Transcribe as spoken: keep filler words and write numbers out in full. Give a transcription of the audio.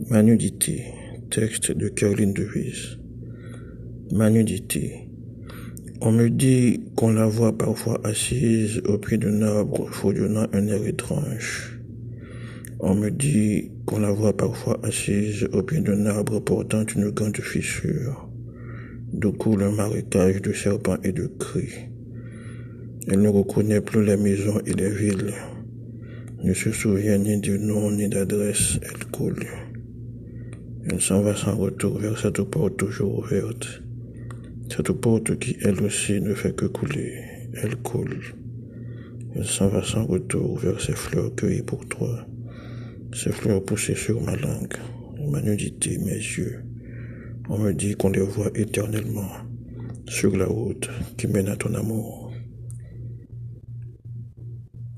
Manudité, texte de Caroline Devise. Manudité. On me dit qu'on la voit parfois assise au pied d'un arbre fourgonnant un air étrange. On me dit qu'on la voit parfois assise au pied d'un arbre portant une grande fissure, d'où coule un marécage de serpents et de cris. Elle ne reconnaît plus les maisons et les villes, ne se souvient ni de nom ni d'adresse, elle coule. Elle s'en va sans retour vers cette porte toujours ouverte, cette porte qui elle aussi ne fait que couler, elle coule. Elle s'en va sans retour vers ces fleurs cueillies pour toi, ces fleurs poussées sur ma langue, ma nudité, mes yeux. On me dit qu'on les voit éternellement sur la route qui mène à ton amour.